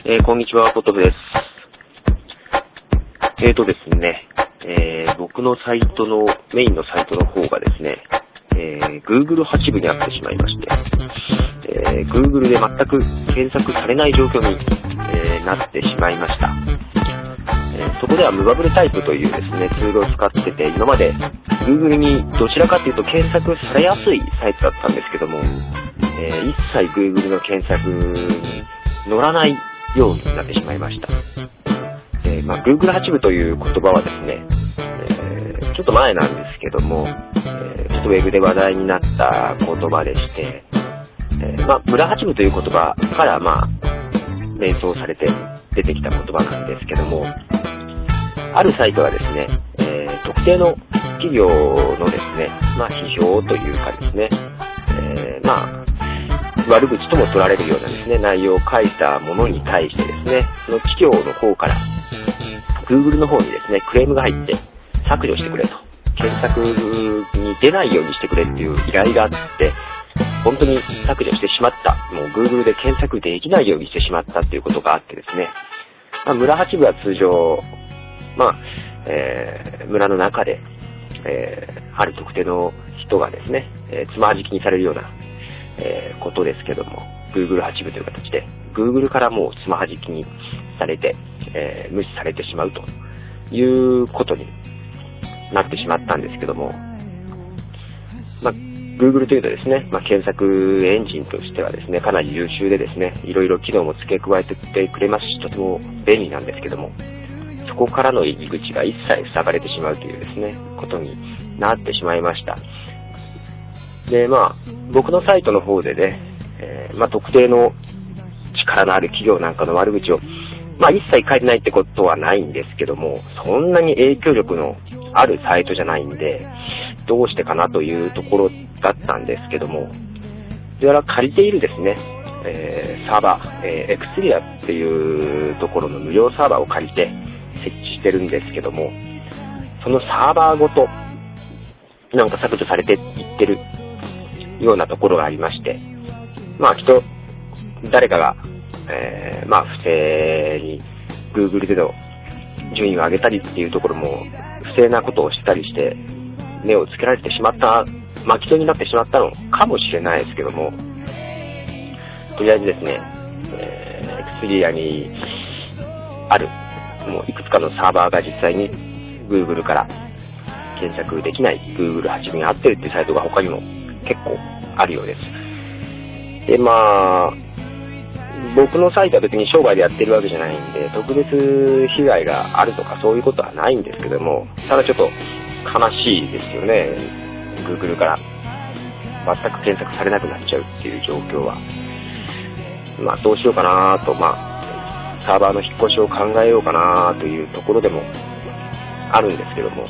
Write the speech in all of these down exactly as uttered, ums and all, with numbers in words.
えー、こんにちは、ポトフです。えーとですね、えー、僕のサイトの、メインのサイトの方がですね、えー、Google ハチ部になってしまいまして、えー、Google で全く検索されない状況に、えー、なってしまいました。えー、そこではムバブルタイプというですね、ツールを使ってて、今まで Google にどちらかというと検索されやすいサイトだったんですけども、えー、一切 Google の検索に乗らないようになってしまいました。えーまあ、Google ハチ部という言葉はですね、えー、ちょっと前なんですけども、えー、ちょっとウェブで話題になった言葉でして、えーまあ、村ハチ部という言葉からまあ連想されて出てきた言葉なんですけども、あるサイトはですね、えー、特定の企業のですね、まあ、批評というかですね、えー、まあ悪口とも取られるようなですね、内容を書いたものに対してですね、その企業の方から Google の方にですね、クレームが入って削除してくれと、検索に出ないようにしてくれっていう依頼があって、本当に削除してしまった、もう Google で検索できないようにしてしまったっていうことがあってですね、まあ、村八部は通常、まあ、えー、村の中で、えー、ある特定の人がですね、えー、つまはじきにされるようなえー、ことですけども、Google ハチ部という形で Google からもうつまはじきにされて、えー、無視されてしまうということになってしまったんですけども、まあ、Google というとですね、まあ、検索エンジンとしてはですね、かなり優秀でですね、いろいろ機能も付け加えてくれますし、とても便利なんですけども、そこからの入り口が一切塞がれてしまうというですね、ことになってしまいました。で、まあ、僕のサイトの方でね、えー、まあ、特定の力のある企業なんかの悪口を、まあ、一切書いてないってことはないんですけども、そんなに影響力のあるサイトじゃないんで、どうしてかなというところだったんですけども、それから借りているですね、えー、サーバー、えー、エクスリアっていうところの無料サーバーを借りて設置してるんですけども、そのサーバーごと、なんか削除されていってるようなところがありまして、まあきっと誰かが、えー、まあ不正に Google での順位を上げたりっていうところも不正なことをしたりして目をつけられてしまった、巻き添えになってしまったのかもしれないですけども、とりあえずですね、えー、エクスリアにあるもういくつかのサーバーが実際に Google から検索できない Google ハチ部に合ってるっていうサイトが他にも結構あるようです。で、まあ、僕のサイトは別に商売でやってるわけじゃないんで、特別被害があるとかそういうことはないんですけども、ただちょっと悲しいですよね。Google から全く検索されなくなっちゃうっていう状況は。まあ、どうしようかなと、まあ、サーバーの引っ越しを考えようかなというところでもあるんですけども、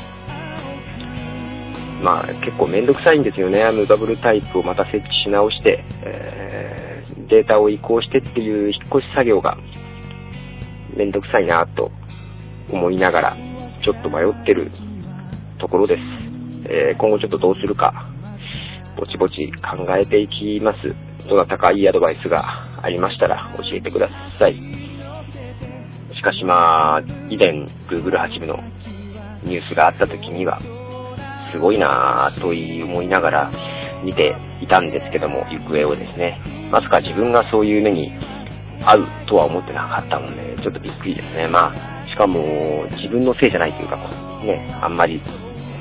まあ結構めんどくさいんですよね。ムバブルタイプをまた設置し直して、えー、データを移行してっていう引っ越し作業がめんどくさいなと思いながらちょっと迷ってるところです。えー、今後ちょっとどうするかぼちぼち考えていきます。どなたかいいアドバイスがありましたら教えてください。しかしまあ以前 Google ハチ部のニュースがあった時にはすごいなぁと思いながら見ていたんですけども、行方をですね、まさか自分がそういう目に遭うとは思ってなかったので、ちょっとびっくりですね。まあ、しかも自分のせいじゃないというか、ね、あんまり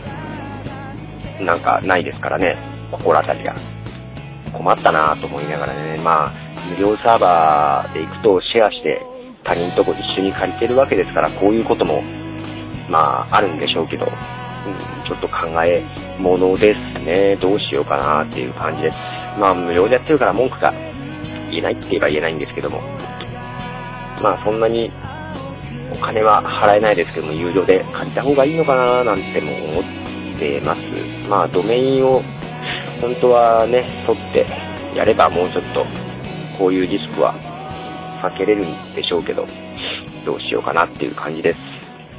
なんかないですからね、心当たりが。困ったなぁと思いながらね、まあ、無料サーバーで行くとシェアして他人とこ一緒に借りてるわけですから、こういうこともまああるんでしょうけど、うん、ちょっと考えものですね。どうしようかなっていう感じです。まあ無料でやってるから文句が言えないって言えば言えないんですけども、まあそんなにお金は払えないですけども、有料で借りた方がいいのかななんても思ってます。まあドメインを本当はね取ってやればもうちょっとこういうリスクは避けれるんでしょうけど、どうしようかなっていう感じです。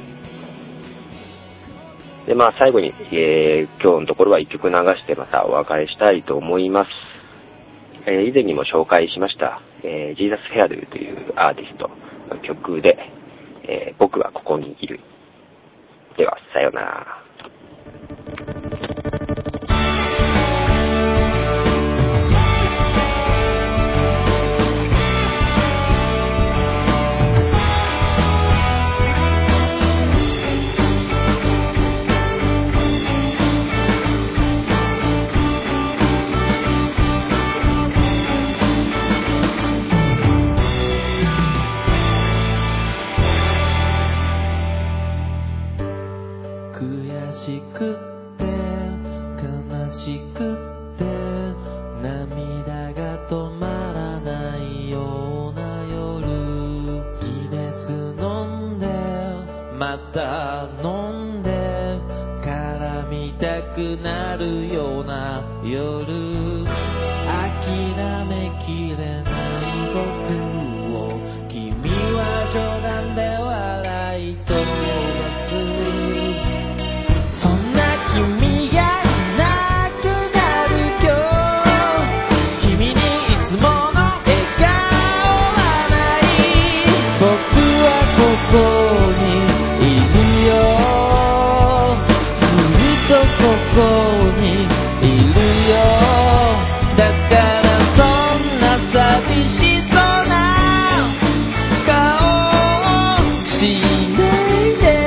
で、まあ最後に、えー、今日のところは一曲流してまたお別れしたいと思います。 えー、以前にも紹介しました、えー、ジーザス・ヘアドゥというアーティストの曲で、えー、僕はここにいる。では、さようなら。 悔しくて悲しくて涙が止まらないような夜、ギネス飲んでまた飲んで絡みたくなるような夜、諦めきれない僕を君は冗談で笑い飛ばす。そんな君がいなくなる今日、君にいつもの笑顔はない。僕はここにいるよ、ずっとここにいるよ。だからそんな寂しそうな顔をしないで。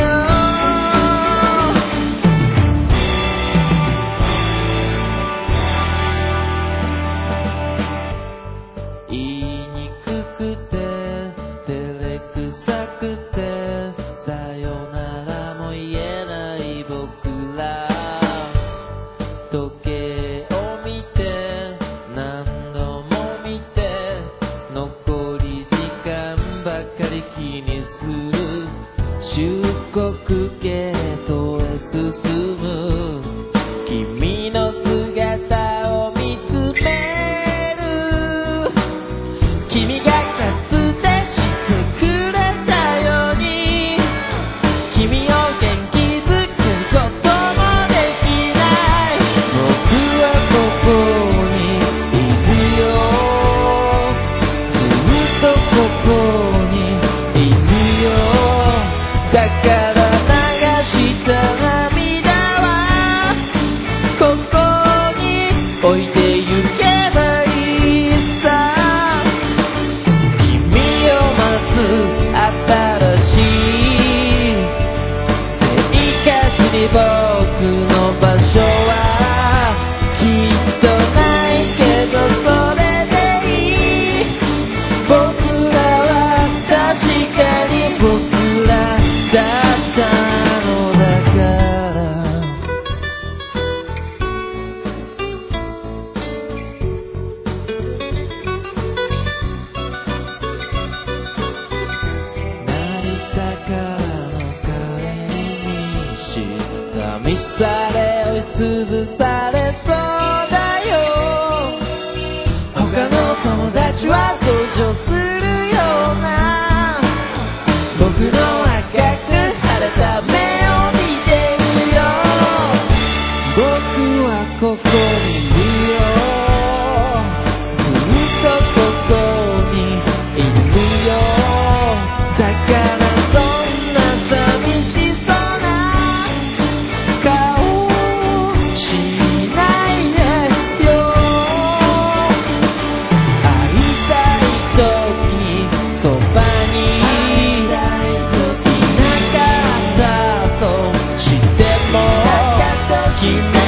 言いにくくて照れくさくてさよならも言えない僕ら、時計を見て何度も見て残り時間ばかり気にする。出国ゲートへ進む君の姿を見つめる。君がかつてしてくれたように君を元気づけることもできない。僕はここにいるよ、ずっとここにいるよ。だから流した涙はここに置いてゆけばいいさ。新しい生活に僕の場所はきっとないけどそれでいい。僕らは確かに僕らだったのだから。寂しさで押しつぶされそうだよ。他の友達は同情するような僕の赤く腫れた目を見てるよ。僕はここにいるよ、ずっとここにいるよ。だからそんな寂しそうな顔しないでよ。会いたい時そばにいなかったとしても君